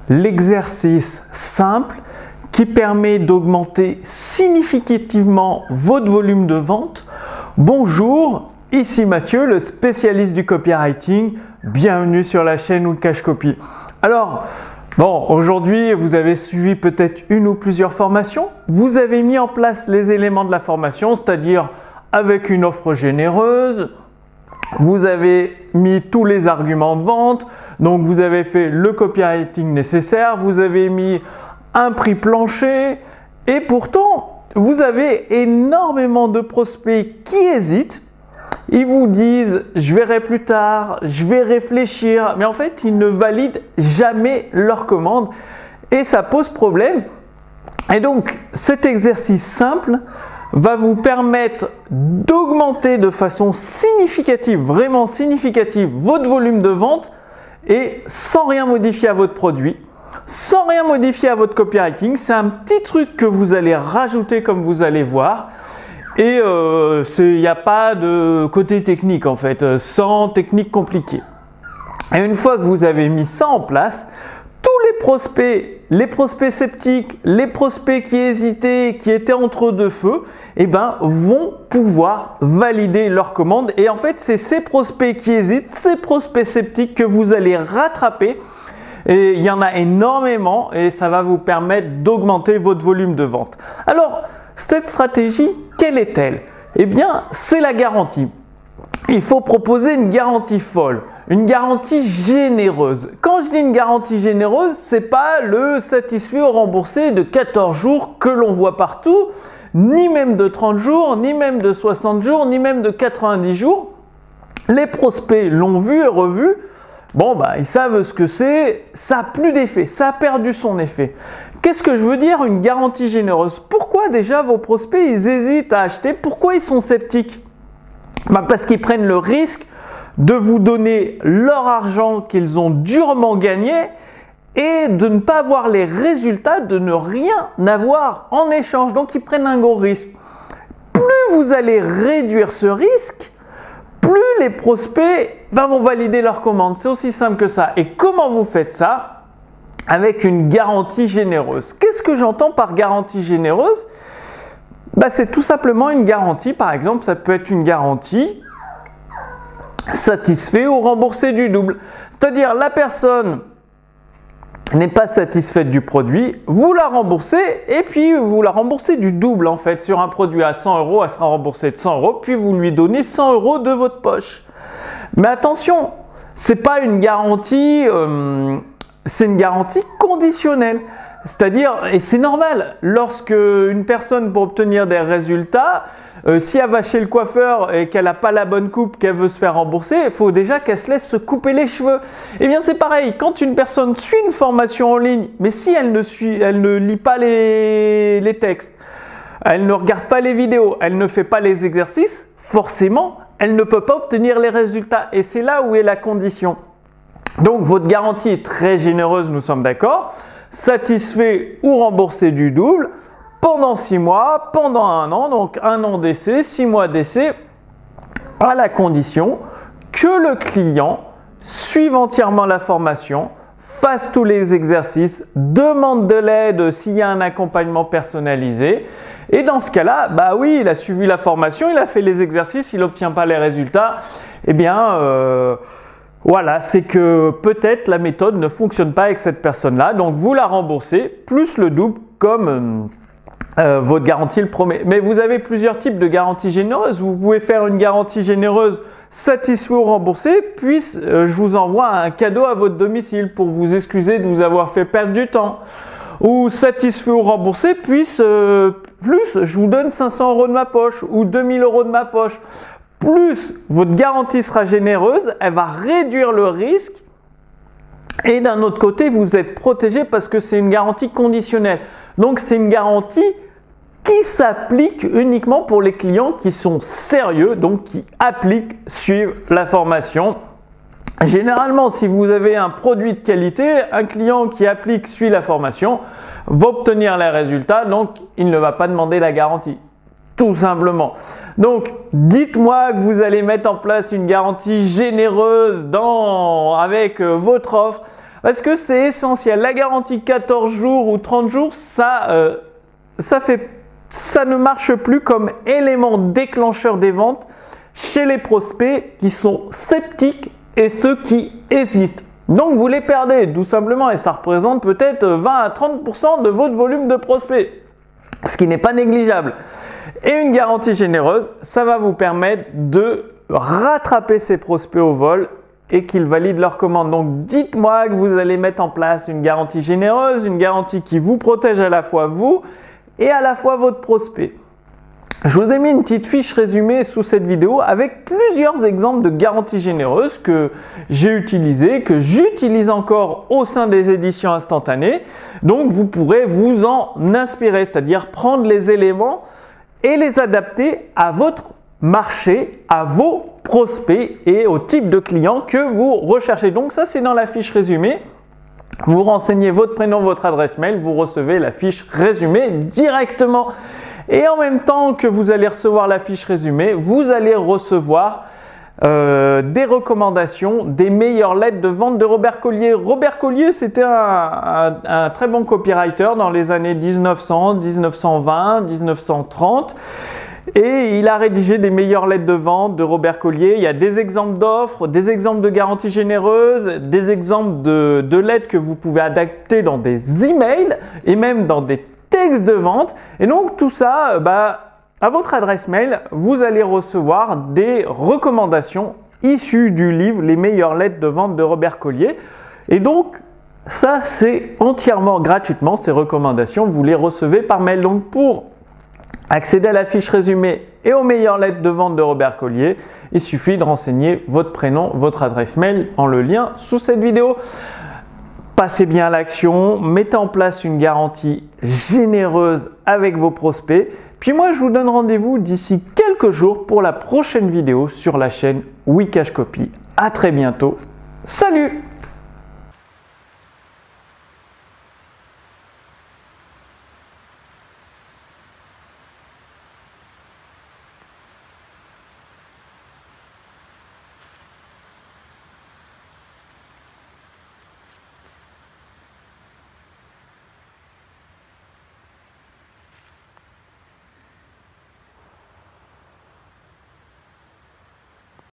l'exercice simple qui permet d'augmenter significativement votre volume de vente. Bonjour, ici Mathieu, le spécialiste du copywriting. Bienvenue sur la chaîne Outcash Copy. Alors, aujourd'hui, vous avez suivi peut-être une ou plusieurs formations. Vous avez mis en place les éléments de la formation, c'est-à-dire avec une offre généreuse. Vous avez mis tous les arguments de vente. Donc, vous avez fait le copywriting nécessaire. Vous avez mis un prix plancher. Et pourtant, vous avez énormément de prospects qui hésitent. Ils vous disent « je verrai plus tard, je vais réfléchir », mais en fait, ils ne valident jamais leur commande et ça pose problème. Et donc, cet exercice simple va vous permettre d'augmenter de façon significative, vraiment significative, votre volume de vente et sans rien modifier à votre produit, sans rien modifier à votre copywriting. C'est un petit truc que vous allez rajouter comme vous allez voir. Et il n'y a pas de côté technique en fait, sans technique compliquée. Et une fois que vous avez mis ça en place, tous les prospects sceptiques, les prospects qui hésitaient, qui étaient entre deux feux, vont pouvoir valider leur commande. Et en fait, c'est ces prospects qui hésitent, ces prospects sceptiques que vous allez rattraper. Et il y en a énormément et ça va vous permettre d'augmenter votre volume de vente. Alors, cette stratégie, quelle est-elle? Eh bien, c'est la garantie. Il faut proposer une garantie folle, une garantie généreuse. Quand je dis une garantie généreuse, c'est pas le satisfait ou remboursé de 14 jours que l'on voit partout, ni même de 30 jours, ni même de 60 jours, ni même de 90 jours. Les prospects l'ont vu et revu. Ils savent ce que c'est, ça n'a plus d'effet, ça a perdu son effet. Qu'est-ce que je veux dire une garantie généreuse? Pourquoi déjà vos prospects ils hésitent à acheter? Pourquoi ils sont sceptiques? Parce qu'ils prennent le risque de vous donner leur argent qu'ils ont durement gagné et de ne pas avoir les résultats, de ne rien avoir en échange. Donc ils prennent un gros risque. Plus vous allez réduire ce risque, plus les prospects vont valider leur commande. C'est aussi simple que ça. Et comment vous faites ça? Avec une garantie généreuse. Qu'est-ce que j'entends par garantie généreuse? C'est tout simplement une garantie. Par exemple, ça peut être une garantie satisfait ou remboursé du double. C'est-à-dire la personne n'est pas satisfaite du produit, vous la remboursez et puis vous la remboursez du double en fait. Sur un produit à 100 €, elle sera remboursée de 100 €, puis vous lui donnez 100 € de votre poche. Mais attention, c'est pas une garantie, c'est une garantie conditionnelle. C'est-à-dire, et c'est normal, lorsque une personne pour obtenir des résultats, si elle va chez le coiffeur et qu'elle n'a pas la bonne coupe, qu'elle veut se faire rembourser, il faut déjà qu'elle se laisse se couper les cheveux. Eh bien c'est pareil, quand une personne suit une formation en ligne, mais si elle ne lit pas les textes, elle ne regarde pas les vidéos, elle ne fait pas les exercices, forcément, elle ne peut pas obtenir les résultats. Et c'est là où est la condition. Donc votre garantie est très généreuse, nous sommes d'accord. Satisfait ou remboursé du double pendant 6 mois, pendant 1 an, donc 1 an d'essai, 6 mois d'essai, à la condition que le client suive entièrement la formation, fasse tous les exercices, demande de l'aide s'il y a un accompagnement personnalisé. Et dans ce cas-là, oui, il a suivi la formation, il a fait les exercices, il n'obtient pas les résultats. Voilà, c'est que peut-être la méthode ne fonctionne pas avec cette personne-là. Donc, vous la remboursez plus le double comme votre garantie le promet. Mais vous avez plusieurs types de garanties généreuses. Vous pouvez faire une garantie généreuse satisfait ou remboursé, puis je vous envoie un cadeau à votre domicile pour vous excuser de vous avoir fait perdre du temps. Ou satisfait ou remboursé, puis plus je vous donne 500 € de ma poche ou 2000 € de ma poche. Plus votre garantie sera généreuse, elle va réduire le risque et d'un autre côté, vous êtes protégé parce que c'est une garantie conditionnelle. Donc, c'est une garantie qui s'applique uniquement pour les clients qui sont sérieux, donc qui appliquent, suivent la formation. Généralement, si vous avez un produit de qualité, un client qui applique, suit la formation, va obtenir les résultats, donc il ne va pas demander la garantie. Tout simplement. Donc, dites-moi que vous allez mettre en place une garantie généreuse avec votre offre. Parce que c'est essentiel. La garantie 14 jours ou 30 jours, ça ne marche plus comme élément déclencheur des ventes chez les prospects qui sont sceptiques et ceux qui hésitent. Donc vous les perdez tout simplement et ça représente peut-être 20 à 30% de votre volume de prospects, ce qui n'est pas négligeable. Et une garantie généreuse, ça va vous permettre de rattraper ces prospects au vol et qu'ils valident leur commande. Donc dites-moi que vous allez mettre en place une garantie généreuse, une garantie qui vous protège à la fois vous et à la fois votre prospect. Je vous ai mis une petite fiche résumée sous cette vidéo avec plusieurs exemples de garanties généreuses que j'ai utilisées, que j'utilise encore au sein des éditions instantanées. Donc vous pourrez vous en inspirer, c'est-à-dire prendre les éléments et les adapter à votre marché, à vos prospects et au type de client que vous recherchez. Donc ça, c'est dans la fiche résumée. Vous renseignez votre prénom, votre adresse mail, vous recevez la fiche résumée directement. Et en même temps que vous allez recevoir la fiche résumée, vous allez recevoir des recommandations des meilleures lettres de vente de Robert Collier. Robert Collier, c'était un très bon copywriter dans les années 1900, 1920, 1930. Et il a rédigé des meilleures lettres de vente de Robert Collier. Il y a des exemples d'offres, des exemples de garanties généreuses, des exemples de lettres que vous pouvez adapter dans des emails et même dans des textes de vente. Et donc tout ça, à votre adresse mail, vous allez recevoir des recommandations issues du livre Les meilleures lettres de vente de Robert Collier. Et donc ça, c'est entièrement gratuitement. Ces recommandations, vous les recevez par mail. Donc pour accéder à la fiche résumée et aux meilleures lettres de vente de Robert Collier, il suffit de renseigner votre prénom, votre adresse mail en le lien sous cette vidéo. Passez bien à l'action, mettez en place une garantie généreuse avec vos prospects. Puis moi, je vous donne rendez-vous d'ici quelques jours pour la prochaine vidéo sur la chaîne Wikash Copy. À très bientôt. Salut!